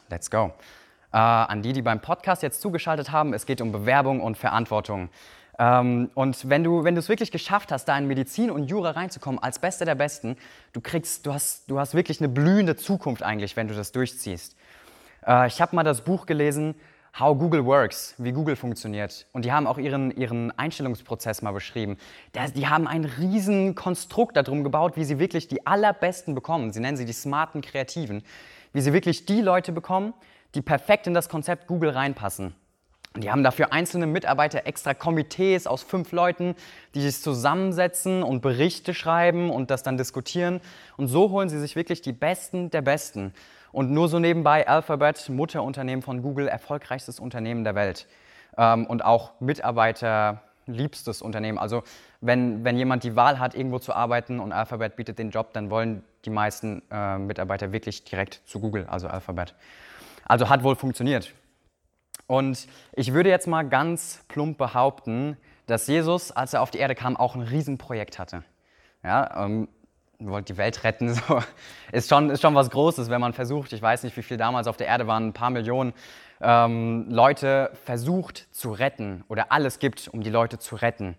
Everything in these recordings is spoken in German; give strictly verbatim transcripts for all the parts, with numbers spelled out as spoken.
Let's go. Äh, an die, die beim Podcast jetzt zugeschaltet haben, es geht um Bewerbung und Verantwortung. Ähm, und wenn du wenn du es wirklich geschafft hast, da in Medizin und Jura reinzukommen, als Bester der Besten, du kriegst, du hast, du hast wirklich eine blühende Zukunft eigentlich, wenn du das durchziehst. Äh, ich habe mal das Buch gelesen, How Google Works, wie Google funktioniert. Und die haben auch ihren, ihren Einstellungsprozess mal beschrieben. Das, die haben ein riesen Konstrukt darum gebaut, wie sie wirklich die Allerbesten bekommen. Sie nennen sie die smarten Kreativen. Wie sie wirklich die Leute bekommen, die perfekt in das Konzept Google reinpassen. Und die haben dafür einzelne Mitarbeiter extra Komitees aus fünf Leuten, die sich zusammensetzen und Berichte schreiben und das dann diskutieren. Und so holen sie sich wirklich die Besten der Besten. Und nur so nebenbei Alphabet, Mutterunternehmen von Google, erfolgreichstes Unternehmen der Welt. Ähm, und auch mitarbeiterliebstes Unternehmen. Also wenn, wenn jemand die Wahl hat, irgendwo zu arbeiten und Alphabet bietet den Job, dann wollen die meisten äh, Mitarbeiter wirklich direkt zu Google, also Alphabet. Also hat wohl funktioniert. Und ich würde jetzt mal ganz plump behaupten, dass Jesus, als er auf die Erde kam, auch ein Riesenprojekt hatte. Ja, ähm, wollte die Welt retten, so. ist, schon, ist schon was Großes, wenn man versucht, ich weiß nicht, wie viel damals auf der Erde waren, ein paar Millionen ähm, Leute versucht zu retten oder alles gibt, um die Leute zu retten.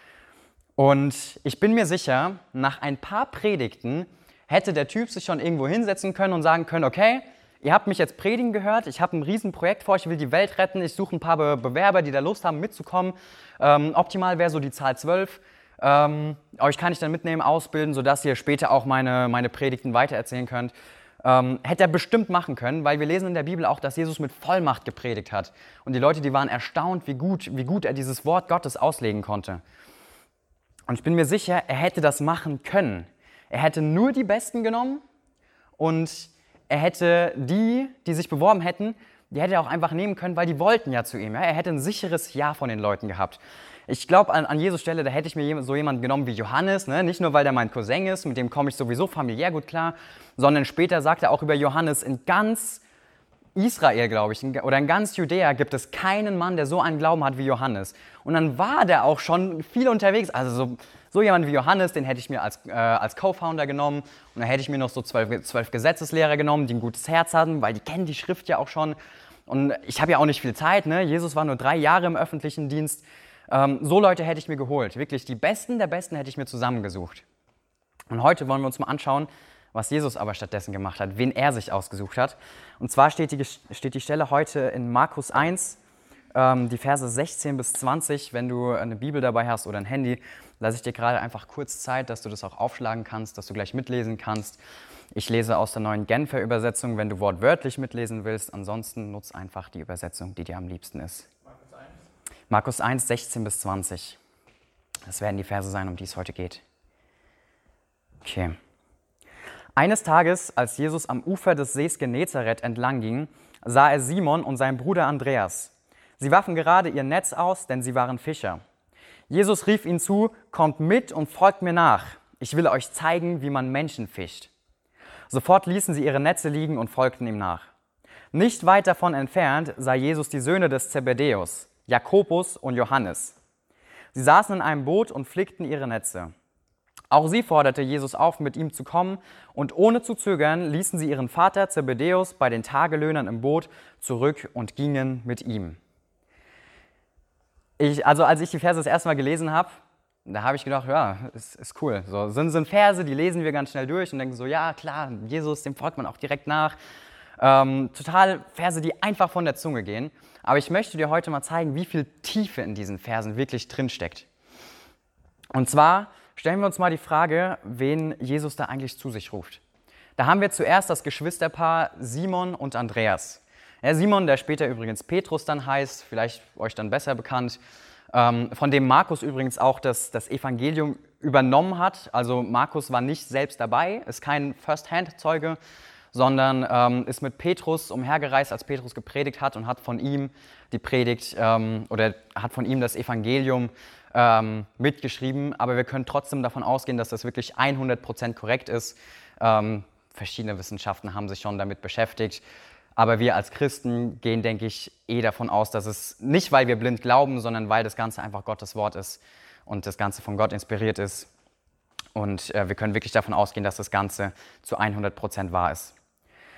Und ich bin mir sicher, nach ein paar Predigten hätte der Typ sich schon irgendwo hinsetzen können und sagen können, okay, ihr habt mich jetzt predigen gehört, ich habe ein Riesenprojekt vor, ich will die Welt retten, ich suche ein paar Be- Bewerber, die da Lust haben mitzukommen. Ähm, optimal wäre so die Zahl zwölf. Ähm, euch kann ich dann mitnehmen, ausbilden, sodass ihr später auch meine, meine Predigten weitererzählen könnt. Ähm, hätte er bestimmt machen können, weil wir lesen in der Bibel auch, dass Jesus mit Vollmacht gepredigt hat. Und die Leute, die waren erstaunt, wie gut, wie gut er dieses Wort Gottes auslegen konnte. Und ich bin mir sicher, er hätte das machen können. Er hätte nur die Besten genommen und er hätte die, die sich beworben hätten, die hätte er auch einfach nehmen können, weil die wollten ja zu ihm. Ja? Er hätte ein sicheres Ja von den Leuten gehabt. Ich glaube, an, an Jesus Stelle, da hätte ich mir so jemanden genommen wie Johannes, ne? Nicht nur, weil der mein Cousin ist, mit dem komme ich sowieso familiär gut klar, sondern später sagt er auch über Johannes, in ganz Israel, glaube ich, oder in ganz Judäa gibt es keinen Mann, der so einen Glauben hat wie Johannes. Und dann war der auch schon viel unterwegs. Also so, so jemand wie Johannes, den hätte ich mir als, äh, als Co-Founder genommen. Und dann hätte ich mir noch so zwölf, zwölf Gesetzeslehrer genommen, die ein gutes Herz hatten, weil die kennen die Schrift ja auch schon. Und ich habe ja auch nicht viel Zeit, ne? Jesus war nur drei Jahre im öffentlichen Dienst. Ähm, so Leute hätte ich mir geholt. Wirklich die Besten der Besten hätte ich mir zusammengesucht. Und heute wollen wir uns mal anschauen, was Jesus aber stattdessen gemacht hat, wen er sich ausgesucht hat. Und zwar steht die, steht die Stelle heute in Markus eins, ähm, die Verse sechzehn bis zwanzig. Wenn du eine Bibel dabei hast oder ein Handy, lasse ich dir gerade einfach kurz Zeit, dass du das auch aufschlagen kannst, dass du gleich mitlesen kannst. Ich lese aus der neuen Genfer Übersetzung, wenn du wortwörtlich mitlesen willst. Ansonsten nutz einfach die Übersetzung, die dir am liebsten ist. Markus eins, Markus eins, sechzehn bis zwanzig. Das werden die Verse sein, um die es heute geht. Okay. Eines Tages, als Jesus am Ufer des Sees Genezareth entlang ging, sah er Simon und seinen Bruder Andreas. Sie warfen gerade ihr Netz aus, denn sie waren Fischer. Jesus rief ihnen zu, kommt mit und folgt mir nach. Ich will euch zeigen, wie man Menschen fischt. Sofort ließen sie ihre Netze liegen und folgten ihm nach. Nicht weit davon entfernt sah Jesus die Söhne des Zebedäus, Jakobus und Johannes. Sie saßen in einem Boot und flickten ihre Netze. Auch sie forderte Jesus auf, mit ihm zu kommen, und ohne zu zögern ließen sie ihren Vater Zebedäus bei den Tagelöhnern im Boot zurück und gingen mit ihm. Ich, also als ich die Verse das erste Mal gelesen habe, da habe ich gedacht, ja, ist, ist cool. So, sind, sind Verse, die lesen wir ganz schnell durch und denken so, ja klar, Jesus, dem folgt man auch direkt nach. Ähm, total Verse, die einfach von der Zunge gehen. Aber ich möchte dir heute mal zeigen, wie viel Tiefe in diesen Versen wirklich drinsteckt. Und zwar stellen wir uns mal die Frage, wen Jesus da eigentlich zu sich ruft. Da haben wir zuerst das Geschwisterpaar Simon und Andreas. Ja, Simon, der später übrigens Petrus dann heißt, vielleicht euch dann besser bekannt, ähm, von dem Markus übrigens auch das, das Evangelium übernommen hat. Also Markus war nicht selbst dabei, ist kein First-Hand-Zeuge, sondern ähm, ist mit Petrus umhergereist, als Petrus gepredigt hat und hat von ihm die Predigt ähm, oder hat von ihm das Evangelium ähm, mitgeschrieben. Aber wir können trotzdem davon ausgehen, dass das wirklich hundert Prozent korrekt ist. Ähm, verschiedene Wissenschaften haben sich schon damit beschäftigt. Aber wir als Christen gehen, denke ich, eh davon aus, dass es nicht, weil wir blind glauben, sondern weil das Ganze einfach Gottes Wort ist und das Ganze von Gott inspiriert ist. Und äh, wir können wirklich davon ausgehen, dass das Ganze zu hundert Prozent wahr ist.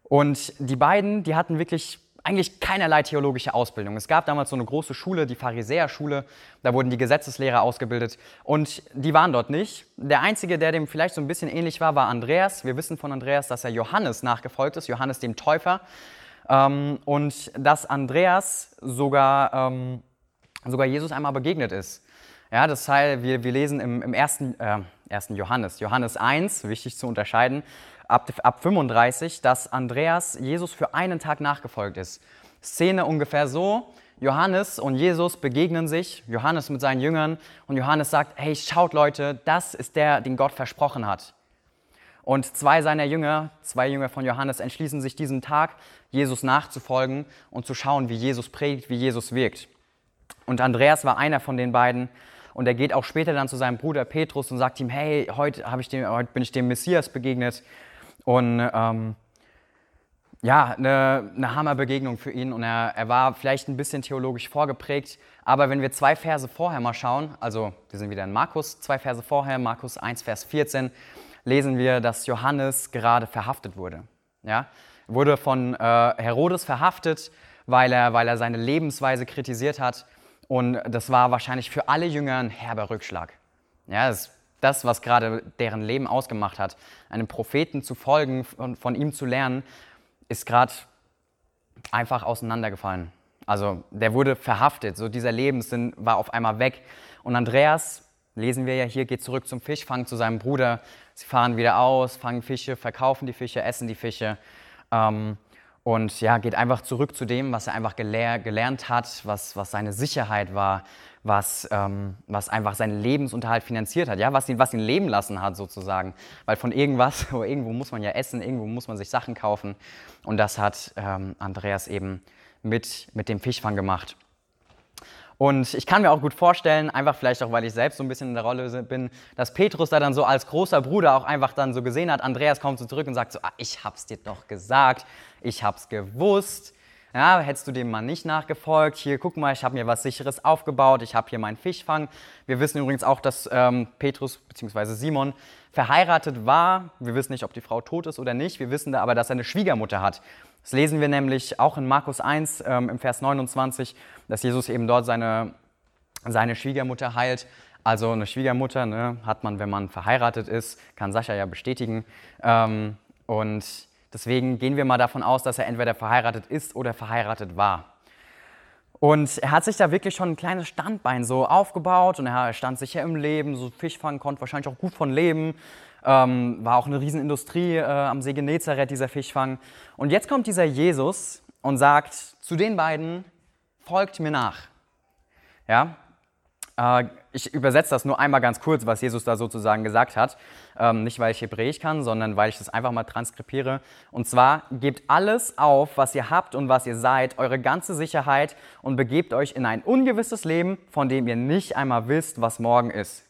Und die beiden, die hatten wirklich eigentlich keinerlei theologische Ausbildung. Es gab damals so eine große Schule, die Pharisäerschule, da wurden die Gesetzeslehrer ausgebildet und die waren dort nicht. Der Einzige, der dem vielleicht so ein bisschen ähnlich war, war Andreas. Wir wissen von Andreas, dass er Johannes nachgefolgt ist, Johannes dem Täufer. Ähm, und dass Andreas sogar, ähm, sogar Jesus einmal begegnet ist. Ja, das heißt, wir, wir lesen im, im ersten, äh, ersten Johannes, Johannes eins, wichtig zu unterscheiden, ab, ab fünfunddreißig, dass Andreas Jesus für einen Tag nachgefolgt ist. Szene ungefähr so, Johannes und Jesus begegnen sich, Johannes mit seinen Jüngern und Johannes sagt, hey, schaut Leute, das ist der, den Gott versprochen hat. Und zwei seiner Jünger, zwei Jünger von Johannes, entschließen sich diesen Tag, Jesus nachzufolgen und zu schauen, wie Jesus predigt, wie Jesus wirkt. Und Andreas war einer von den beiden. Und er geht auch später dann zu seinem Bruder Petrus und sagt ihm, hey, heute, hab ich dem, heute bin ich dem Messias begegnet. Und ähm, ja, eine, eine Hammerbegegnung für ihn. Und er, er war vielleicht ein bisschen theologisch vorgeprägt. Aber wenn wir zwei Verse vorher mal schauen, also wir sind wieder in Markus, zwei Verse vorher, Markus eins, Vers vierzehn, lesen wir, dass Johannes gerade verhaftet wurde. Ja? Er wurde von äh, Herodes verhaftet, weil er, weil er seine Lebensweise kritisiert hat. Und das war wahrscheinlich für alle Jünger ein herber Rückschlag. Ja, das ist das, was gerade deren Leben ausgemacht hat. Einem Propheten zu folgen und von ihm zu lernen, ist gerade einfach auseinandergefallen. Also der wurde verhaftet, so dieser Lebenssinn war auf einmal weg. Und Andreas, lesen wir ja hier, geht zurück zum Fischfang zu seinem Bruder. Sie fahren wieder aus, fangen Fische, verkaufen die Fische, essen die Fische. Ähm, Und ja, geht einfach zurück zu dem, was er einfach gelehr, gelernt hat, was, was seine Sicherheit war, was, ähm, was einfach seinen Lebensunterhalt finanziert hat, ja, was ihn, was ihn leben lassen hat sozusagen. Weil von irgendwas, irgendwo muss man ja essen, irgendwo muss man sich Sachen kaufen. Und das hat ähm, Andreas eben mit, mit dem Fischfang gemacht. Und ich kann mir auch gut vorstellen, einfach vielleicht auch, weil ich selbst so ein bisschen in der Rolle bin, dass Petrus da dann so als großer Bruder auch einfach dann so gesehen hat, Andreas kommt so zurück und sagt so, ah, ich hab's dir doch gesagt, ich hab's gewusst, ja, hättest du dem mal nicht nachgefolgt, hier, guck mal, ich habe mir was Sicheres aufgebaut, ich habe hier meinen Fischfang. Wir wissen übrigens auch, dass ähm, Petrus bzw. Simon verheiratet war, wir wissen nicht, ob die Frau tot ist oder nicht, wir wissen da aber, dass er eine Schwiegermutter hat. Das lesen wir nämlich auch in Markus eins ähm, im Vers neunundzwanzig, dass Jesus eben dort seine, seine Schwiegermutter heilt. Also eine Schwiegermutter, ne, hat man, wenn man verheiratet ist, kann Sascha ja bestätigen. Ähm, und deswegen gehen wir mal davon aus, dass er entweder verheiratet ist oder verheiratet war. Und er hat sich da wirklich schon ein kleines Standbein so aufgebaut und er stand sicher im Leben, so Fischfang, konnte wahrscheinlich auch gut von leben. Ähm, war auch eine Riesenindustrie äh, am See Genezareth, dieser Fischfang. Und jetzt kommt dieser Jesus und sagt zu den beiden, folgt mir nach. Ja? Äh, ich übersetze das nur einmal ganz kurz, was Jesus da sozusagen gesagt hat. Ähm, nicht, weil ich Hebräisch kann, sondern weil ich das einfach mal transkribiere. Und zwar, gebt alles auf, was ihr habt und was ihr seid, eure ganze Sicherheit und begebt euch in ein ungewisses Leben, von dem ihr nicht einmal wisst, was morgen ist.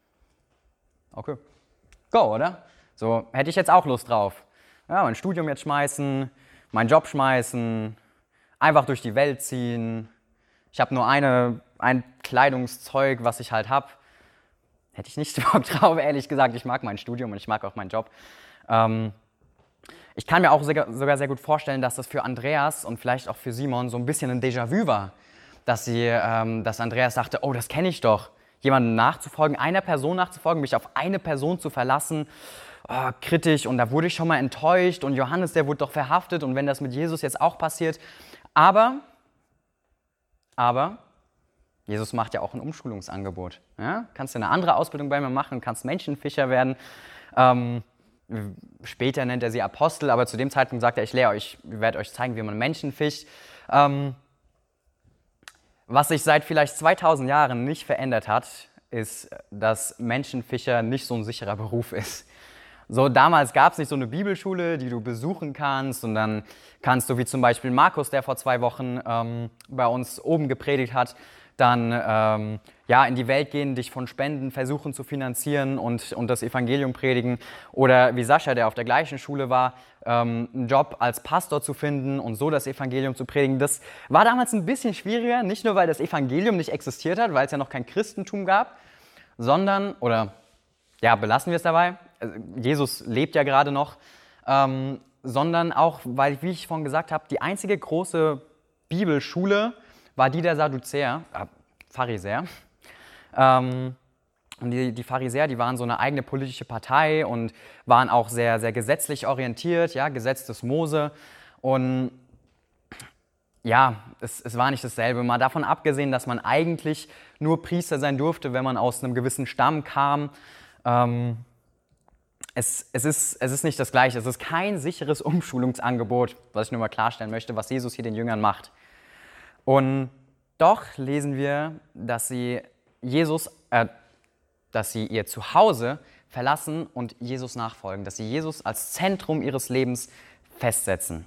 Okay. Go, oder? So hätte ich jetzt auch Lust drauf. Ja, mein Studium jetzt schmeißen, meinen Job schmeißen, einfach durch die Welt ziehen. Ich habe nur eine, ein Kleidungszeug, was ich halt habe. Hätte ich nicht Bock drauf, ehrlich gesagt. Ich mag mein Studium und ich mag auch meinen Job. Ähm, ich kann mir auch sogar sehr gut vorstellen, dass das für Andreas und vielleicht auch für Simon so ein bisschen ein Déjà-vu war. Dass, sie, ähm, dass Andreas dachte, oh, das kenne ich doch. Jemandem nachzufolgen, einer Person nachzufolgen, mich auf eine Person zu verlassen, oh, kritisch und da wurde ich schon mal enttäuscht und Johannes, der wurde doch verhaftet und wenn das mit Jesus jetzt auch passiert. Aber, aber, Jesus macht ja auch ein Umschulungsangebot. Ja? Kannst du eine andere Ausbildung bei mir machen, kannst Menschenfischer werden. Ähm, später nennt er sie Apostel, aber zu dem Zeitpunkt sagt er, ich lehre euch, ich werde euch zeigen, wie man Menschen fischt. Ähm, Was sich seit vielleicht zweitausend Jahren nicht verändert hat, ist, dass Menschenfischer nicht so ein sicherer Beruf ist. So, damals gab es nicht so eine Bibelschule, die du besuchen kannst und dann kannst du, wie zum Beispiel Markus, der vor zwei Wochen ähm, bei uns oben gepredigt hat, dann ähm, ja, in die Welt gehen, dich von Spenden versuchen zu finanzieren und, und das Evangelium predigen. Oder wie Sascha, der auf der gleichen Schule war, ähm, einen Job als Pastor zu finden und so das Evangelium zu predigen. Das war damals ein bisschen schwieriger, nicht nur, weil das Evangelium nicht existiert hat, weil es ja noch kein Christentum gab, sondern, oder ja, belassen wir es dabei, Jesus lebt ja gerade noch, ähm, sondern auch, weil, wie ich vorhin gesagt habe, die einzige große Bibelschule war die der Sadduzäer, äh, Pharisäer. Ähm, und die, die Pharisäer, die waren so eine eigene politische Partei und waren auch sehr, sehr gesetzlich orientiert, ja, Gesetz des Mose. Und ja, es, es war nicht dasselbe. Mal davon abgesehen, dass man eigentlich nur Priester sein durfte, wenn man aus einem gewissen Stamm kam. Ähm, es, es, ist, es ist nicht das Gleiche. Es ist kein sicheres Umschulungsangebot, was ich nur mal klarstellen möchte, was Jesus hier den Jüngern macht. Und doch lesen wir, dass sie Jesus, äh, dass sie ihr Zuhause verlassen und Jesus nachfolgen, dass sie Jesus als Zentrum ihres Lebens festsetzen.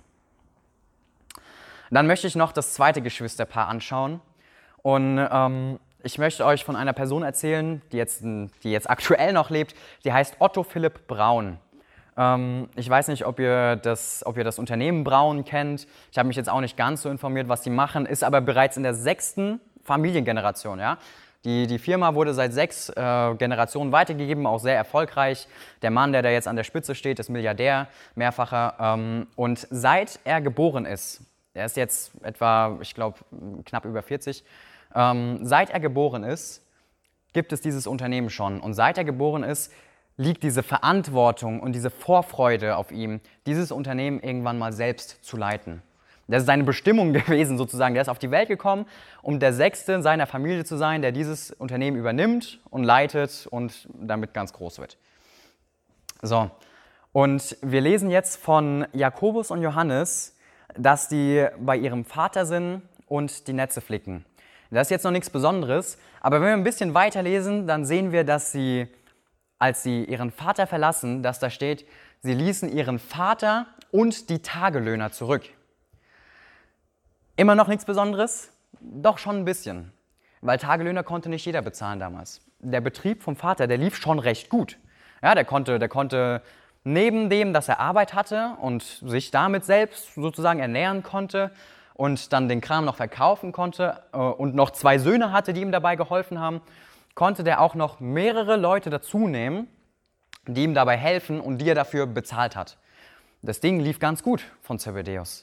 Dann möchte ich noch das zweite Geschwisterpaar anschauen und ähm, ich möchte euch von einer Person erzählen, die jetzt, die jetzt aktuell noch lebt, die heißt Otto Philipp Braun. Ähm, ich weiß nicht, ob ihr, das, ob ihr das Unternehmen Braun kennt, ich habe mich jetzt auch nicht ganz so informiert, was sie machen, ist aber bereits in der sechsten Familiengeneration. Ja? Die, die Firma wurde seit sechs äh, Generationen weitergegeben, auch sehr erfolgreich. Der Mann, der da jetzt an der Spitze steht, ist Milliardär, mehrfacher. Ähm, und seit er geboren ist, er ist jetzt etwa, ich glaube, knapp über vierzig. Ähm, seit er geboren ist, gibt es dieses Unternehmen schon. Und seit er geboren ist, liegt diese Verantwortung und diese Vorfreude auf ihm, dieses Unternehmen irgendwann mal selbst zu leiten. Das ist seine Bestimmung gewesen sozusagen. Der ist auf die Welt gekommen, um der Sechste in seiner Familie zu sein, der dieses Unternehmen übernimmt und leitet und damit ganz groß wird. So, und wir lesen jetzt von Jakobus und Johannes, dass die bei ihrem Vater sind und die Netze flicken. Das ist jetzt noch nichts Besonderes, aber wenn wir ein bisschen weiterlesen, dann sehen wir, dass sie, als sie ihren Vater verlassen, dass da steht, sie ließen ihren Vater und die Tagelöhner zurück. Immer noch nichts Besonderes? Doch schon ein bisschen, weil Tagelöhner konnte nicht jeder bezahlen damals. Der Betrieb vom Vater, der lief schon recht gut. Ja, der konnte, der konnte neben dem, dass er Arbeit hatte und sich damit selbst sozusagen ernähren konnte und dann den Kram noch verkaufen konnte äh, und noch zwei Söhne hatte, die ihm dabei geholfen haben, konnte der auch noch mehrere Leute dazu nehmen, die ihm dabei helfen und die er dafür bezahlt hat. Das Ding lief ganz gut von Zebedäus.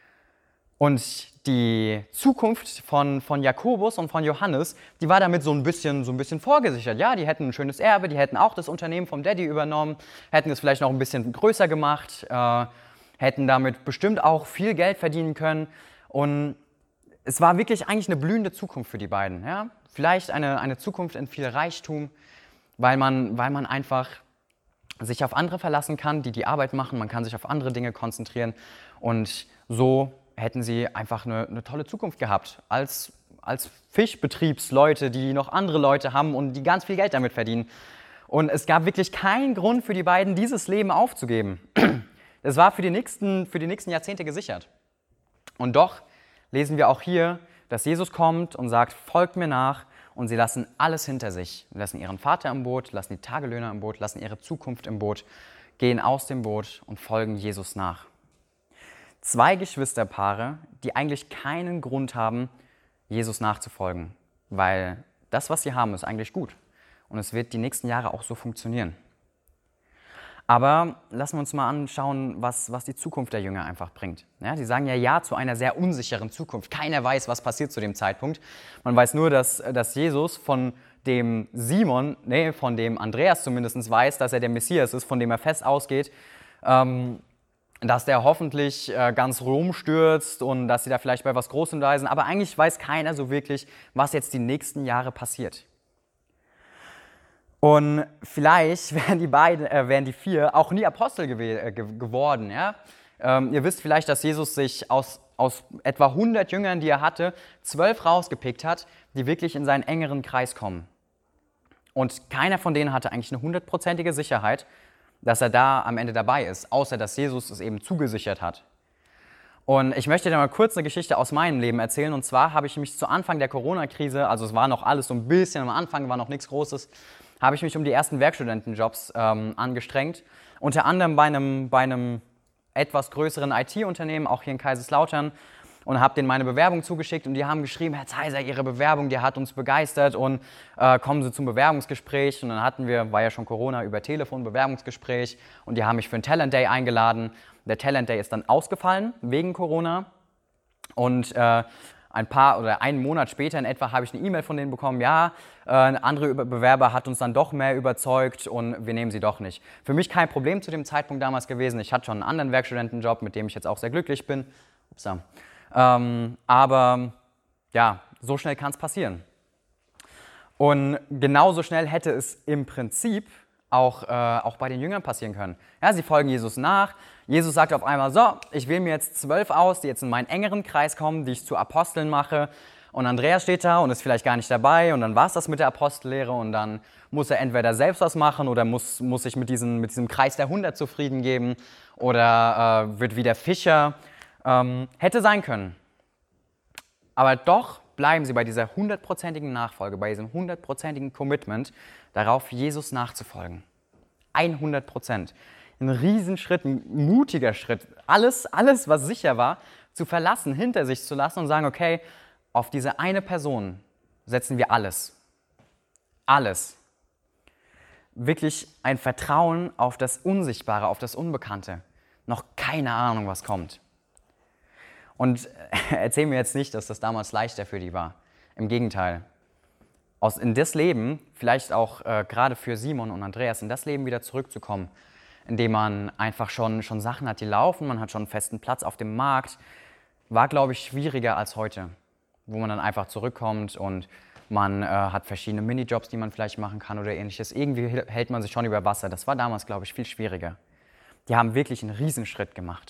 Und die Zukunft von, von Jakobus und von Johannes, die war damit so ein bisschen, so ein bisschen vorgesichert. Ja, die hätten ein schönes Erbe, die hätten auch das Unternehmen vom Daddy übernommen, hätten es vielleicht noch ein bisschen größer gemacht, äh, hätten damit bestimmt auch viel Geld verdienen können. Und es war wirklich eigentlich eine blühende Zukunft für die beiden. Ja? Vielleicht eine, eine Zukunft in viel Reichtum, weil man, weil man einfach sich auf andere verlassen kann, die die Arbeit machen. Man kann sich auf andere Dinge konzentrieren und so hätten sie einfach eine, eine tolle Zukunft gehabt als, als Fischbetriebsleute, die noch andere Leute haben und die ganz viel Geld damit verdienen. Und es gab wirklich keinen Grund für die beiden, dieses Leben aufzugeben. Das war für die nächsten, für die nächsten Jahrzehnte gesichert. Und doch lesen wir auch hier, dass Jesus kommt und sagt, folgt mir nach, und sie lassen alles hinter sich. Sie lassen ihren Vater im Boot, lassen die Tagelöhner im Boot, lassen ihre Zukunft im Boot, gehen aus dem Boot und folgen Jesus nach. Zwei Geschwisterpaare, die eigentlich keinen Grund haben, Jesus nachzufolgen, weil das, was sie haben, ist eigentlich gut und es wird die nächsten Jahre auch so funktionieren. Aber lassen wir uns mal anschauen, was, was die Zukunft der Jünger einfach bringt. Ja, die sagen ja Ja zu einer sehr unsicheren Zukunft. Keiner weiß, was passiert zu dem Zeitpunkt. Man weiß nur, dass, dass Jesus von dem Simon, nee, von dem Andreas zumindest weiß, dass er der Messias ist, von dem er fest ausgeht, ähm, dass der hoffentlich äh, ganz Rom stürzt und dass sie da vielleicht bei was Großem da sind. Aber eigentlich weiß keiner so wirklich, was jetzt die nächsten Jahre passiert. Und vielleicht wären die beiden, äh, wären die vier auch nie Apostel gew- äh, ge- geworden. Ja? Ähm, ihr wisst vielleicht, dass Jesus sich aus, aus etwa hundert Jüngern, die er hatte, zwölf rausgepickt hat, die wirklich in seinen engeren Kreis kommen. Und keiner von denen hatte eigentlich eine hundertprozentige Sicherheit, dass er da am Ende dabei ist, außer dass Jesus es eben zugesichert hat. Und ich möchte dir mal kurz eine Geschichte aus meinem Leben erzählen. Und zwar habe ich mich zu Anfang der Corona-Krise, also es war noch alles so ein bisschen am Anfang, war noch nichts Großes, habe ich mich um die ersten Werkstudentenjobs ähm, angestrengt. Unter anderem bei einem, bei einem etwas größeren I T-Unternehmen, auch hier in Kaiserslautern. und habe denen meine Bewerbung zugeschickt und die haben geschrieben, Herr Zeiser, Ihre Bewerbung, die hat uns begeistert und äh, kommen Sie zum Bewerbungsgespräch. Und dann hatten wir, war ja schon Corona, über Telefon Bewerbungsgespräch und die haben mich für einen Talent Day eingeladen. Der Talent Day ist dann ausgefallen wegen Corona und äh, ein paar oder einen Monat später in etwa habe ich eine E-Mail von denen bekommen, ja, äh, ein anderer Bewerber hat uns dann doch mehr überzeugt und wir nehmen sie doch nicht. Für mich kein Problem zu dem Zeitpunkt damals gewesen. Ich hatte schon einen anderen Werkstudentenjob, mit dem ich jetzt auch sehr glücklich bin. Upsa. Ähm, aber ja, so schnell kann es passieren. Und genauso schnell hätte es im Prinzip auch, äh, auch bei den Jüngern passieren können. Ja, sie folgen Jesus nach. Jesus sagt auf einmal, so, ich wähle mir jetzt zwölf aus, die jetzt in meinen engeren Kreis kommen, die ich zu Aposteln mache. Und Andreas steht da und ist vielleicht gar nicht dabei und dann war es das mit der Apostellehre und dann muss er entweder selbst was machen oder muss, muss sich mit, diesen, mit diesem Kreis der hundert zufrieden geben oder äh, wird wieder Fischer. Ähm, hätte sein können. Aber doch bleiben sie bei dieser hundertprozentigen Nachfolge, bei diesem hundertprozentigen Commitment, darauf Jesus nachzufolgen. hundert Prozent. Ein Riesenschritt, ein mutiger Schritt. Alles, alles, was sicher war, zu verlassen, hinter sich zu lassen und sagen, okay, auf diese eine Person setzen wir alles. Alles. Wirklich ein Vertrauen auf das Unsichtbare, auf das Unbekannte. Noch keine Ahnung, was kommt. Und erzähl mir jetzt nicht, dass das damals leichter für die war. Im Gegenteil. Aus, in das Leben, vielleicht auch äh, gerade für Simon und Andreas, in das Leben wieder zurückzukommen, indem man einfach schon, schon Sachen hat, die laufen, man hat schon einen festen Platz auf dem Markt, war, glaube ich, schwieriger als heute, wo man dann einfach zurückkommt und man äh, hat verschiedene Minijobs, die man vielleicht machen kann oder ähnliches. Irgendwie hält man sich schon über Wasser. Das war damals, glaube ich, viel schwieriger. Die haben wirklich einen Riesenschritt gemacht.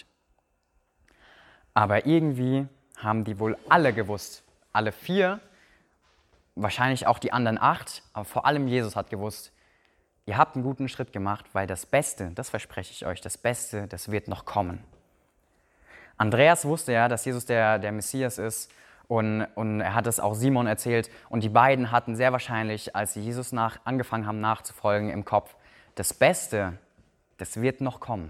Aber irgendwie haben die wohl alle gewusst, alle vier, wahrscheinlich auch die anderen acht, aber vor allem Jesus hat gewusst, ihr habt einen guten Schritt gemacht, weil das Beste, das verspreche ich euch, das Beste, das wird noch kommen. Andreas wusste ja, dass Jesus der, der Messias ist und, und er hat es auch Simon erzählt und die beiden hatten sehr wahrscheinlich, als sie Jesus nach, angefangen haben nachzufolgen, im Kopf, das Beste, das wird noch kommen.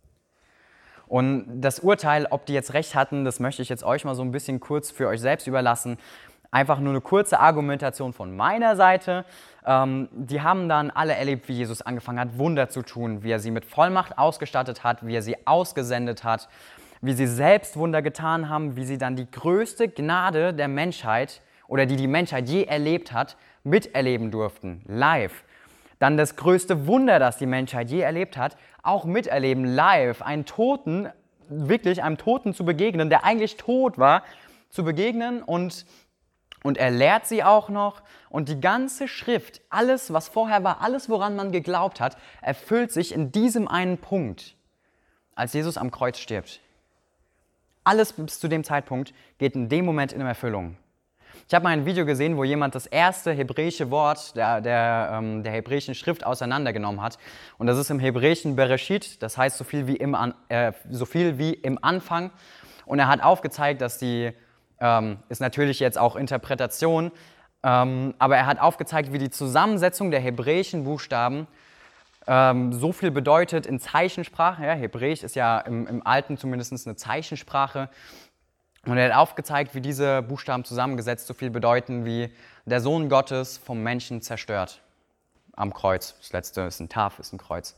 Und das Urteil, ob die jetzt recht hatten, das möchte ich jetzt euch mal so ein bisschen kurz für euch selbst überlassen. Einfach nur eine kurze Argumentation von meiner Seite. Ähm, die haben dann alle erlebt, wie Jesus angefangen hat, Wunder zu tun, wie er sie mit Vollmacht ausgestattet hat, wie er sie ausgesendet hat, wie sie selbst Wunder getan haben, wie sie dann die größte Gnade der Menschheit oder die die Menschheit je erlebt hat, miterleben durften, live. Dann das größte Wunder, das die Menschheit je erlebt hat, auch miterleben, live, einen Toten, wirklich einem Toten zu begegnen, der eigentlich tot war, zu begegnen und, und er lehrt sie auch noch und die ganze Schrift, alles, was vorher war, alles, woran man geglaubt hat, erfüllt sich in diesem einen Punkt, als Jesus am Kreuz stirbt. Alles bis zu dem Zeitpunkt geht in dem Moment in Erfüllung. Ich habe mal ein Video gesehen, wo jemand das erste hebräische Wort der, der, ähm, der hebräischen Schrift auseinandergenommen hat. Und das ist im Hebräischen Bereshit, das heißt so viel wie im, äh, so viel wie im Anfang. Und er hat aufgezeigt, dass die, ähm, ist natürlich jetzt auch Interpretation, ähm, aber er hat aufgezeigt, wie die Zusammensetzung der hebräischen Buchstaben ähm, so viel bedeutet in Zeichensprache. Ja, Hebräisch ist ja im, im Alten zumindest eine Zeichensprache. Und er hat aufgezeigt, wie diese Buchstaben zusammengesetzt so viel bedeuten wie der Sohn Gottes vom Menschen zerstört am Kreuz. Das letzte ist ein Taf, ist ein Kreuz.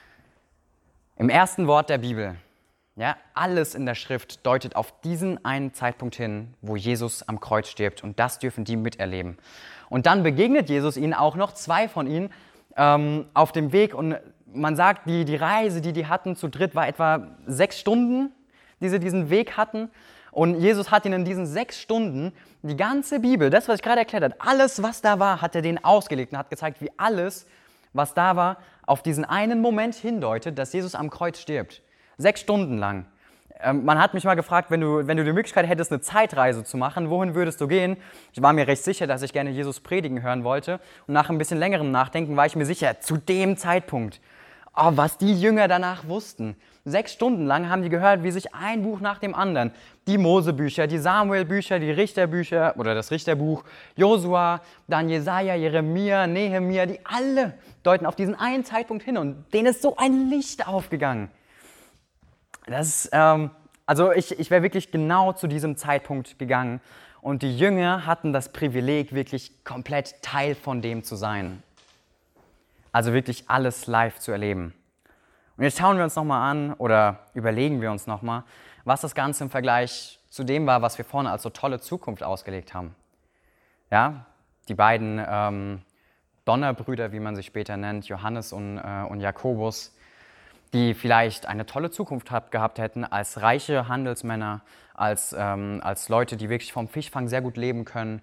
Im ersten Wort der Bibel, ja, alles in der Schrift deutet auf diesen einen Zeitpunkt hin, wo Jesus am Kreuz stirbt. Und das dürfen die miterleben. Und dann begegnet Jesus ihnen auch noch, zwei von ihnen, ähm, auf dem Weg. Und man sagt, die, die Reise, die die hatten zu dritt, war etwa sechs Stunden, die sie diesen Weg hatten. Und Jesus hat ihnen in diesen sechs Stunden die ganze Bibel, das, was ich gerade erklärt habe, alles, was da war, hat er denen ausgelegt und hat gezeigt, wie alles, was da war, auf diesen einen Moment hindeutet, dass Jesus am Kreuz stirbt. Sechs Stunden lang. Ähm, man hat mich mal gefragt, wenn du, wenn du die Möglichkeit hättest, eine Zeitreise zu machen, wohin würdest du gehen? Ich war mir recht sicher, dass ich gerne Jesus predigen hören wollte. Und nach ein bisschen längerem Nachdenken war ich mir sicher, zu dem Zeitpunkt, oh, was die Jünger danach wussten. Sechs Stunden lang haben die gehört, wie sich ein Buch nach dem anderen, die Mose-Bücher, die Samuel-Bücher, die Richter-Bücher oder das Richterbuch, Josua, dann Jesaja, Jeremia, Nehemia, die alle deuten auf diesen einen Zeitpunkt hin und denen ist so ein Licht aufgegangen. Das ist ähm, Also ich, ich wäre wirklich genau zu diesem Zeitpunkt gegangen und die Jünger hatten das Privileg, wirklich komplett Teil von dem zu sein. Also wirklich alles live zu erleben. Und jetzt schauen wir uns nochmal an oder überlegen wir uns nochmal, was das Ganze im Vergleich zu dem war, was wir vorne als so tolle Zukunft ausgelegt haben. Ja, die beiden ähm, Donnerbrüder, wie man sie später nennt, Johannes und, äh, und Jakobus, die vielleicht eine tolle Zukunft hab, gehabt hätten als reiche Handelsmänner, als, ähm, als Leute, die wirklich vom Fischfang sehr gut leben können.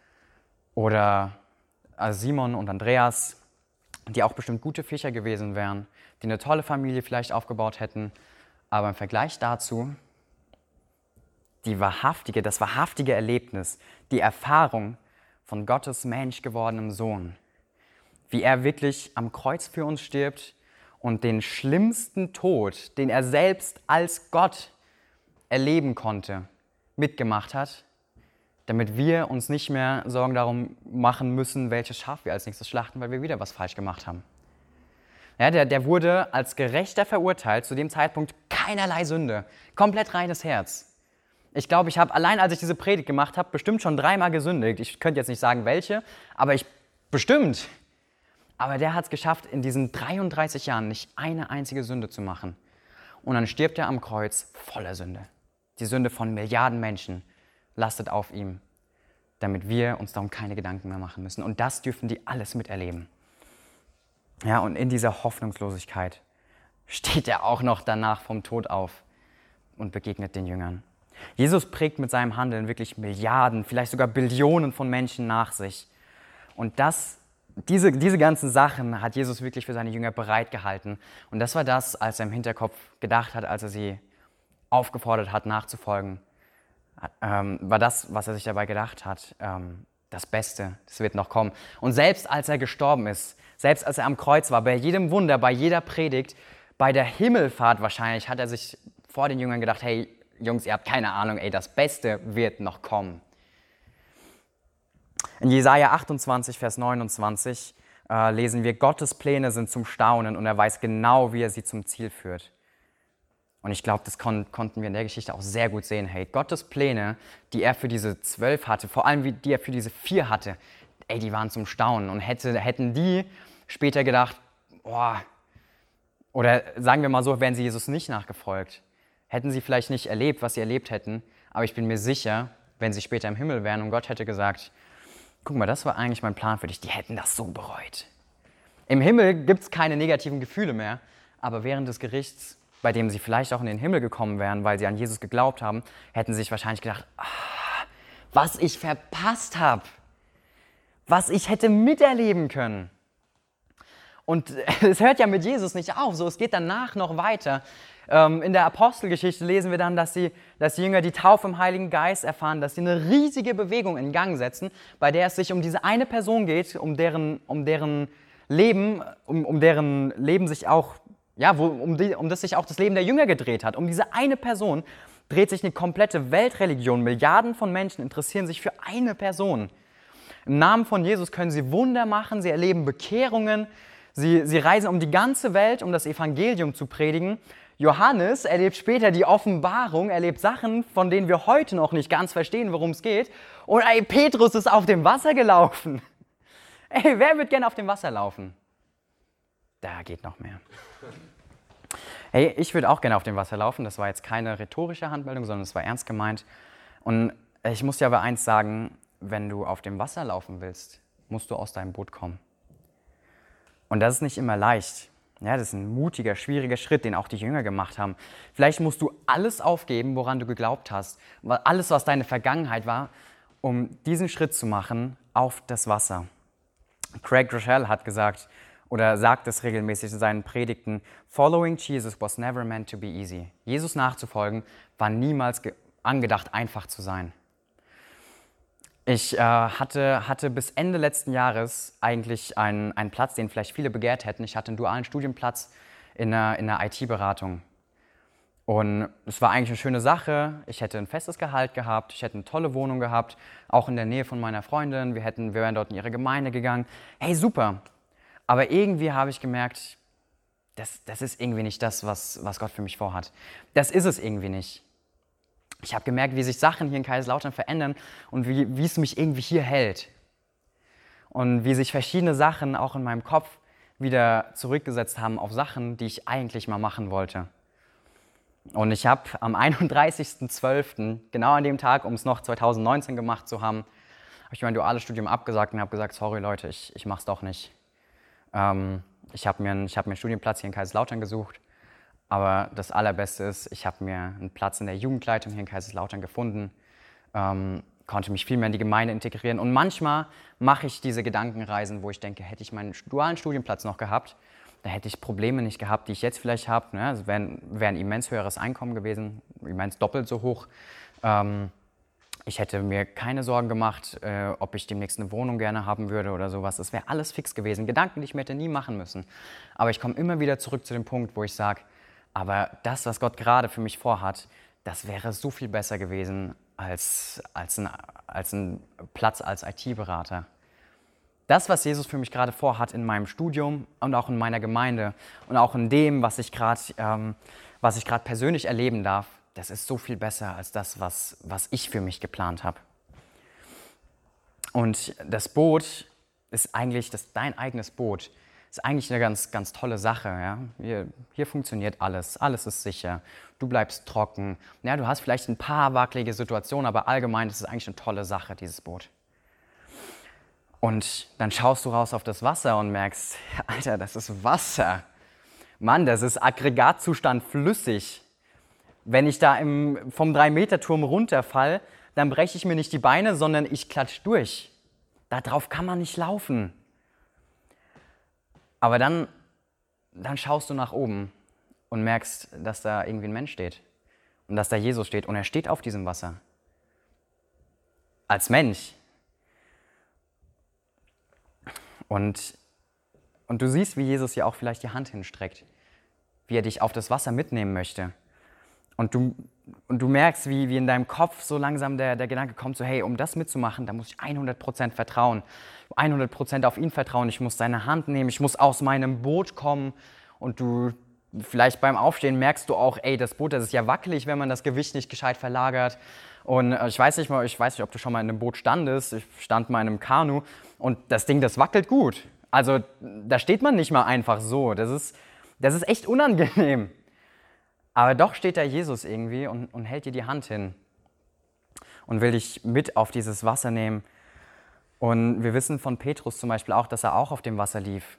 Oder als Simon und Andreas, die auch bestimmt gute Fischer gewesen wären, die eine tolle Familie vielleicht aufgebaut hätten. Aber im Vergleich dazu, die wahrhaftige, das wahrhaftige Erlebnis, die Erfahrung von Gottes Mensch gewordenem Sohn, wie er wirklich am Kreuz für uns stirbt und den schlimmsten Tod, den er selbst als Gott erleben konnte, mitgemacht hat, damit wir uns nicht mehr Sorgen darum machen müssen, welches Schaf wir als nächstes schlachten, weil wir wieder was falsch gemacht haben. Ja, der, der wurde als Gerechter verurteilt, zu dem Zeitpunkt keinerlei Sünde, komplett reines Herz. Ich glaube, ich habe allein, als ich diese Predigt gemacht habe, bestimmt schon dreimal gesündigt. Ich könnte jetzt nicht sagen, welche, aber ich bestimmt. Aber der hat es geschafft, in diesen dreiunddreißig Jahren nicht eine einzige Sünde zu machen. Und dann stirbt er am Kreuz voller Sünde. Die Sünde von Milliarden Menschen lastet auf ihm, damit wir uns darum keine Gedanken mehr machen müssen. Und das dürfen die alles miterleben. Ja, und in dieser Hoffnungslosigkeit steht er auch noch danach vom Tod auf und begegnet den Jüngern. Jesus prägt mit seinem Handeln wirklich Milliarden, vielleicht sogar Billionen von Menschen nach sich. Und das, diese, diese ganzen Sachen hat Jesus wirklich für seine Jünger bereitgehalten. Und das war das, als er im Hinterkopf gedacht hat, als er sie aufgefordert hat, nachzufolgen. Ähm, war das, was er sich dabei gedacht hat, ähm, das Beste, das wird noch kommen. Und selbst als er gestorben ist, selbst als er am Kreuz war, bei jedem Wunder, bei jeder Predigt, bei der Himmelfahrt wahrscheinlich, hat er sich vor den Jüngern gedacht, hey Jungs, ihr habt keine Ahnung, ey, das Beste wird noch kommen. In Jesaja achtundzwanzig, Vers neunundzwanzig äh, lesen wir, Gottes Pläne sind zum Staunen und er weiß genau, wie er sie zum Ziel führt. Und ich glaube, das kon- konnten wir in der Geschichte auch sehr gut sehen. Hey, Gottes Pläne, die er für diese zwölf hatte, vor allem die er für diese vier hatte, ey, die waren zum Staunen. Und hätte, hätten die später gedacht, boah, oder sagen wir mal so, wären sie Jesus nicht nachgefolgt, hätten sie vielleicht nicht erlebt, was sie erlebt hätten, aber ich bin mir sicher, wenn sie später im Himmel wären und Gott hätte gesagt, guck mal, das war eigentlich mein Plan für dich, die hätten das so bereut. Im Himmel gibt es keine negativen Gefühle mehr, aber während des Gerichts, bei dem sie vielleicht auch in den Himmel gekommen wären, weil sie an Jesus geglaubt haben, hätten sie sich wahrscheinlich gedacht, ah, was ich verpasst habe, was ich hätte miterleben können. Und es hört ja mit Jesus nicht auf, so, es geht danach noch weiter. Ähm, in der Apostelgeschichte lesen wir dann, dass, sie, dass die Jünger die Taufe im Heiligen Geist erfahren, dass sie eine riesige Bewegung in Gang setzen, bei der es sich um diese eine Person geht, um deren, um deren Leben, um, um deren Leben sich auch, ja, wo, um, die, um das sich auch das Leben der Jünger gedreht hat. Um diese eine Person dreht sich eine komplette Weltreligion. Milliarden von Menschen interessieren sich für eine Person. Im Namen von Jesus können sie Wunder machen, sie erleben Bekehrungen, sie, sie reisen um die ganze Welt, um das Evangelium zu predigen. Johannes erlebt später die Offenbarung, erlebt Sachen, von denen wir heute noch nicht ganz verstehen, worum es geht. Und ey, Petrus ist auf dem Wasser gelaufen. Ey, wer wird gerne auf dem Wasser laufen? Da geht noch mehr. Hey, ich würde auch gerne auf dem Wasser laufen. Das war jetzt keine rhetorische Handmeldung, sondern es war ernst gemeint. Und ich muss dir aber eins sagen, wenn du auf dem Wasser laufen willst, musst du aus deinem Boot kommen. Und das ist nicht immer leicht. Ja, das ist ein mutiger, schwieriger Schritt, den auch die Jünger gemacht haben. Vielleicht musst du alles aufgeben, woran du geglaubt hast, alles, was deine Vergangenheit war, um diesen Schritt zu machen auf das Wasser. Craig Rochelle hat gesagt, oder sagt es regelmäßig in seinen Predigten, Following Jesus was never meant to be easy. Jesus nachzufolgen war niemals ge- angedacht, einfach zu sein. Ich äh, hatte, hatte bis Ende letzten Jahres eigentlich einen, einen Platz, den vielleicht viele begehrt hätten. Ich hatte einen dualen Studienplatz in einer, in einer I T-Beratung. Und es war eigentlich eine schöne Sache. Ich hätte ein festes Gehalt gehabt, ich hätte eine tolle Wohnung gehabt, auch in der Nähe von meiner Freundin. Wir, hätten, wir wären dort in ihre Gemeinde gegangen. Hey, super. Aber irgendwie habe ich gemerkt, das, das ist irgendwie nicht das, was, was Gott für mich vorhat. Das ist es irgendwie nicht. Ich habe gemerkt, wie sich Sachen hier in Kaiserslautern verändern und wie, wie es mich irgendwie hier hält. Und wie sich verschiedene Sachen auch in meinem Kopf wieder zurückgesetzt haben auf Sachen, die ich eigentlich mal machen wollte. Und ich habe am einunddreißigsten zwölften, genau an dem Tag, um es noch zwanzig neunzehn gemacht zu haben, habe ich mein duales Studium abgesagt und habe gesagt, sorry Leute, ich, ich mache es doch nicht. Ähm, ich habe mir, einen- ich hab mir einen Studienplatz hier in Kaiserslautern gesucht, aber das Allerbeste ist, ich habe mir einen Platz in der Jugendleitung hier in Kaiserslautern gefunden, ähm, konnte mich viel mehr in die Gemeinde integrieren und manchmal mache ich diese Gedankenreisen, wo ich denke, hätte ich meinen dualen Studienplatz noch gehabt, da hätte ich Probleme nicht gehabt, die ich jetzt vielleicht habe. Ne? Es wäre wär ein immens höheres Einkommen gewesen, immens doppelt so hoch. Ähm, ich hätte mir keine Sorgen gemacht, äh, ob ich demnächst eine Wohnung gerne haben würde oder sowas. Das wäre alles fix gewesen. Gedanken, die ich mir hätte nie machen müssen. Aber ich komme immer wieder zurück zu dem Punkt, wo ich sage, aber das, was Gott gerade für mich vorhat, das wäre so viel besser gewesen als, als, ein, als ein Platz als I T-Berater. Das, was Jesus für mich gerade vorhat in meinem Studium und auch in meiner Gemeinde und auch in dem, was ich gerade ähm, was ich gerade persönlich erleben darf, das ist so viel besser als das, was, was ich für mich geplant habe. Und das Boot ist eigentlich, das, dein eigenes Boot, ist eigentlich eine ganz, ganz tolle Sache. Ja? Hier, hier funktioniert alles, alles ist sicher, du bleibst trocken. Ja, du hast vielleicht ein paar wackelige Situationen, aber allgemein ist es eigentlich eine tolle Sache, dieses Boot. Und dann schaust du raus auf das Wasser und merkst, Alter, das ist Wasser. Mann, das ist Aggregatzustand flüssig. Wenn ich da im, vom drei Meter Turm runterfall, dann breche ich mir nicht die Beine, sondern ich klatsch durch. Darauf kann man nicht laufen. Aber dann, dann schaust du nach oben und merkst, dass da irgendwie ein Mensch steht. Und dass da Jesus steht. Und er steht auf diesem Wasser. Als Mensch. Und, und du siehst, wie Jesus dir auch vielleicht die Hand hinstreckt, wie er dich auf das Wasser mitnehmen möchte. Und du, und du merkst, wie, wie in deinem Kopf so langsam der, der Gedanke kommt, so hey, um das mitzumachen, da muss ich hundert Prozent vertrauen, hundert Prozent auf ihn vertrauen, ich muss seine Hand nehmen, ich muss aus meinem Boot kommen. Und du vielleicht beim Aufstehen merkst du auch, ey, das Boot, das ist ja wackelig, wenn man das Gewicht nicht gescheit verlagert. Und äh, ich weiß nicht mal, ich weiß nicht, ob du schon mal in einem Boot standest. Ich stand mal in einem Kanu und das Ding, das wackelt gut. Also da steht man nicht mal einfach so. Das ist, das ist echt unangenehm. Aber doch steht da Jesus irgendwie und, und hält dir die Hand hin und will dich mit auf dieses Wasser nehmen. Und wir wissen von Petrus zum Beispiel auch, dass er auch auf dem Wasser lief.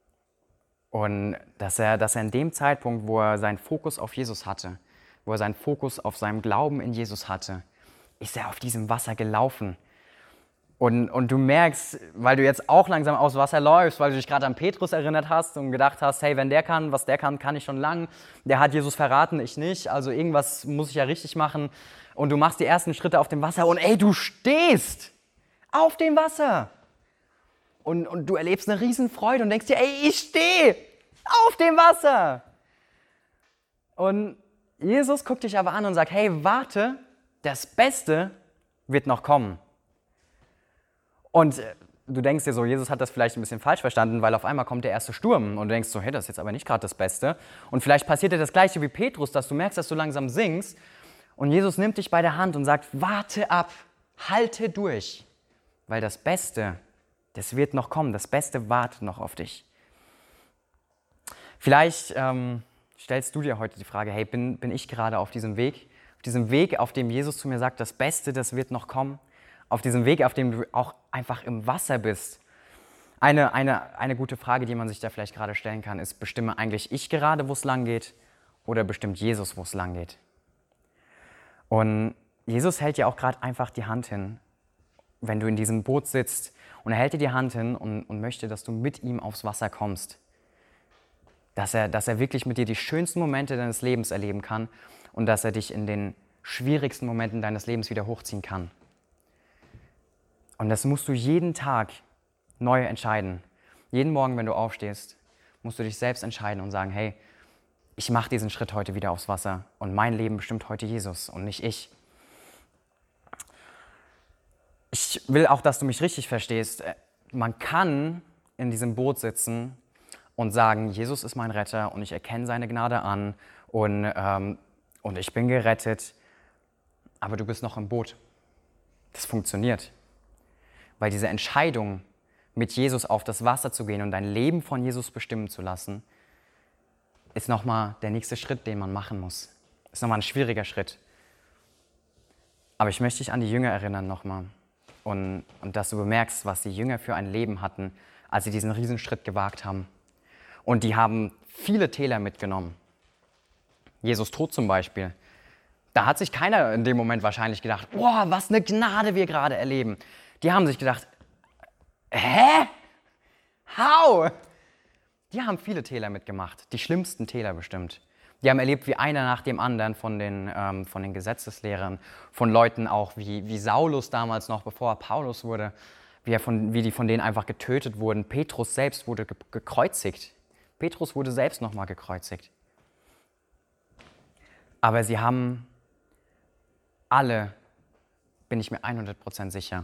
Und dass er, dass er in dem Zeitpunkt, wo er seinen Fokus auf Jesus hatte, wo er seinen Fokus auf seinem Glauben in Jesus hatte, ist er auf diesem Wasser gelaufen. Und, und du merkst, weil du jetzt auch langsam aufs Wasser läufst, weil du dich gerade an Petrus erinnert hast und gedacht hast, hey, wenn der kann, was der kann, kann ich schon lang. Der hat Jesus verraten, ich nicht, also irgendwas muss ich ja richtig machen. Und du machst die ersten Schritte auf dem Wasser und ey, du stehst auf dem Wasser. Und, und du erlebst eine Riesenfreude und denkst dir, ey, ich stehe auf dem Wasser. Und Jesus guckt dich aber an und sagt, hey, warte, das Beste wird noch kommen. Und du denkst dir so, Jesus hat das vielleicht ein bisschen falsch verstanden, weil auf einmal kommt der erste Sturm und du denkst so, hey, das ist jetzt aber nicht gerade das Beste. Und vielleicht passiert dir das Gleiche wie Petrus, dass du merkst, dass du langsam sinkst und Jesus nimmt dich bei der Hand und sagt, warte ab, halte durch, weil das Beste, das wird noch kommen, das Beste wartet noch auf dich. Vielleicht ähm, stellst du dir heute die Frage, hey, bin, bin ich gerade auf diesem Weg, auf diesem Weg, auf dem Jesus zu mir sagt, das Beste, das wird noch kommen? Auf diesem Weg, auf dem du auch einfach im Wasser bist. Eine, eine, eine gute Frage, die man sich da vielleicht gerade stellen kann, ist, bestimme eigentlich ich gerade, wo es lang geht, oder bestimmt Jesus, wo es lang geht? Und Jesus hält dir auch gerade einfach die Hand hin, wenn du in diesem Boot sitzt, und er hält dir die Hand hin und, und möchte, dass du mit ihm aufs Wasser kommst. Dass er, dass er wirklich mit dir die schönsten Momente deines Lebens erleben kann und dass er dich in den schwierigsten Momenten deines Lebens wieder hochziehen kann. Und das musst du jeden Tag neu entscheiden. Jeden Morgen, wenn du aufstehst, musst du dich selbst entscheiden und sagen, hey, ich mache diesen Schritt heute wieder aufs Wasser und mein Leben bestimmt heute Jesus und nicht ich. Ich will auch, dass du mich richtig verstehst. Man kann in diesem Boot sitzen und sagen, Jesus ist mein Retter und ich erkenne seine Gnade an und, ähm, und ich bin gerettet. aber du bist noch im Boot. Das funktioniert. Weil diese Entscheidung, mit Jesus auf das Wasser zu gehen und dein Leben von Jesus bestimmen zu lassen, ist nochmal der nächste Schritt, den man machen muss. Ist nochmal ein schwieriger Schritt. Aber ich möchte dich an die Jünger erinnern nochmal. Und, und dass du bemerkst, was die Jünger für ein Leben hatten, als sie diesen Riesenschritt gewagt haben. Und die haben viele Täler mitgenommen. Jesus Tod zum Beispiel. Da hat sich keiner in dem Moment wahrscheinlich gedacht, boah, was eine Gnade wir gerade erleben. Die haben sich gedacht, hä? How? Die haben viele Täler mitgemacht, die schlimmsten Täler bestimmt. Die haben erlebt, wie einer nach dem anderen von den, ähm, von den Gesetzeslehrern, von Leuten auch wie, wie Saulus damals noch, bevor er Paulus wurde, wie, er von, wie die von denen einfach getötet wurden. Petrus selbst wurde ge- gekreuzigt. Petrus wurde selbst nochmal gekreuzigt. Aber sie haben alle, bin ich mir hundert Prozent sicher,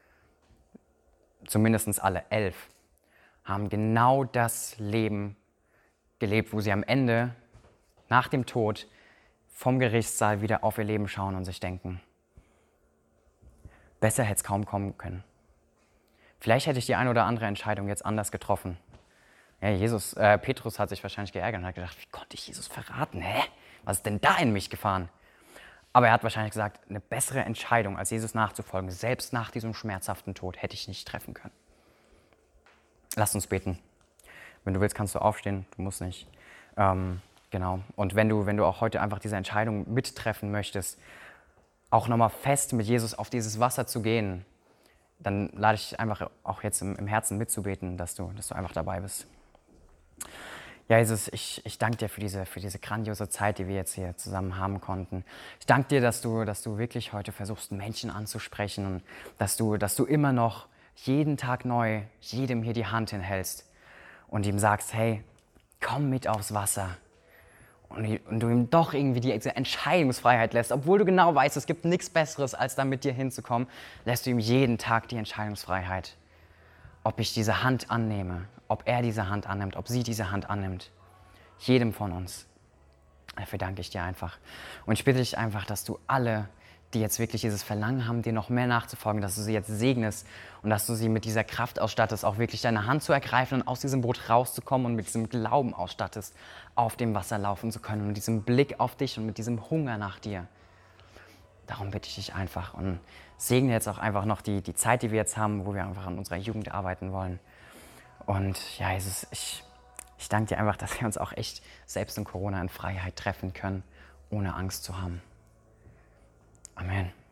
zumindest alle elf, haben genau das Leben gelebt, wo sie am Ende, nach dem Tod, vom Gerichtssaal wieder auf ihr Leben schauen und sich denken, besser hätte es kaum kommen können. Vielleicht hätte ich die eine oder andere Entscheidung jetzt anders getroffen. Ja, Jesus, äh, Petrus hat sich wahrscheinlich geärgert und hat gedacht, wie konnte ich Jesus verraten? Hä? Was ist denn da in mich gefahren? Aber er hat wahrscheinlich gesagt, eine bessere Entscheidung, als Jesus nachzufolgen, selbst nach diesem schmerzhaften Tod, hätte ich nicht treffen können. Lass uns beten. Wenn du willst, kannst du aufstehen, du musst nicht. Ähm, genau. Und wenn du, wenn du auch heute einfach diese Entscheidung mittreffen möchtest, auch nochmal fest mit Jesus auf dieses Wasser zu gehen, dann lade ich dich einfach auch jetzt im, im Herzen mitzubeten, dass du, dass du einfach dabei bist. Ja, Jesus, ich, ich danke dir für diese, für diese grandiose Zeit, die wir jetzt hier zusammen haben konnten. Ich danke dir, dass du, dass du wirklich heute versuchst, Menschen anzusprechen und dass du, dass du immer noch jeden Tag neu jedem hier die Hand hinhältst und ihm sagst, hey, komm mit aufs Wasser. Und, und du ihm doch irgendwie diese Entscheidungsfreiheit lässt, obwohl du genau weißt, es gibt nichts Besseres, als da mit dir hinzukommen, lässt du ihm jeden Tag die Entscheidungsfreiheit. Ob ich diese Hand annehme, ob er diese Hand annimmt, ob sie diese Hand annimmt. Jedem von uns. Dafür danke ich dir einfach. Und ich bitte dich einfach, dass du alle, die jetzt wirklich dieses Verlangen haben, dir noch mehr nachzufolgen, dass du sie jetzt segnest und dass du sie mit dieser Kraft ausstattest, auch wirklich deine Hand zu ergreifen und aus diesem Boot rauszukommen und mit diesem Glauben ausstattest, auf dem Wasser laufen zu können und mit diesem Blick auf dich und mit diesem Hunger nach dir. Darum bitte ich dich einfach und segne jetzt auch einfach noch die, die Zeit, die wir jetzt haben, wo wir einfach an unserer Jugend arbeiten wollen. Und ja, Jesus, ich, ich danke dir einfach, dass wir uns auch echt selbst in Corona in Freiheit treffen können, ohne Angst zu haben. Amen.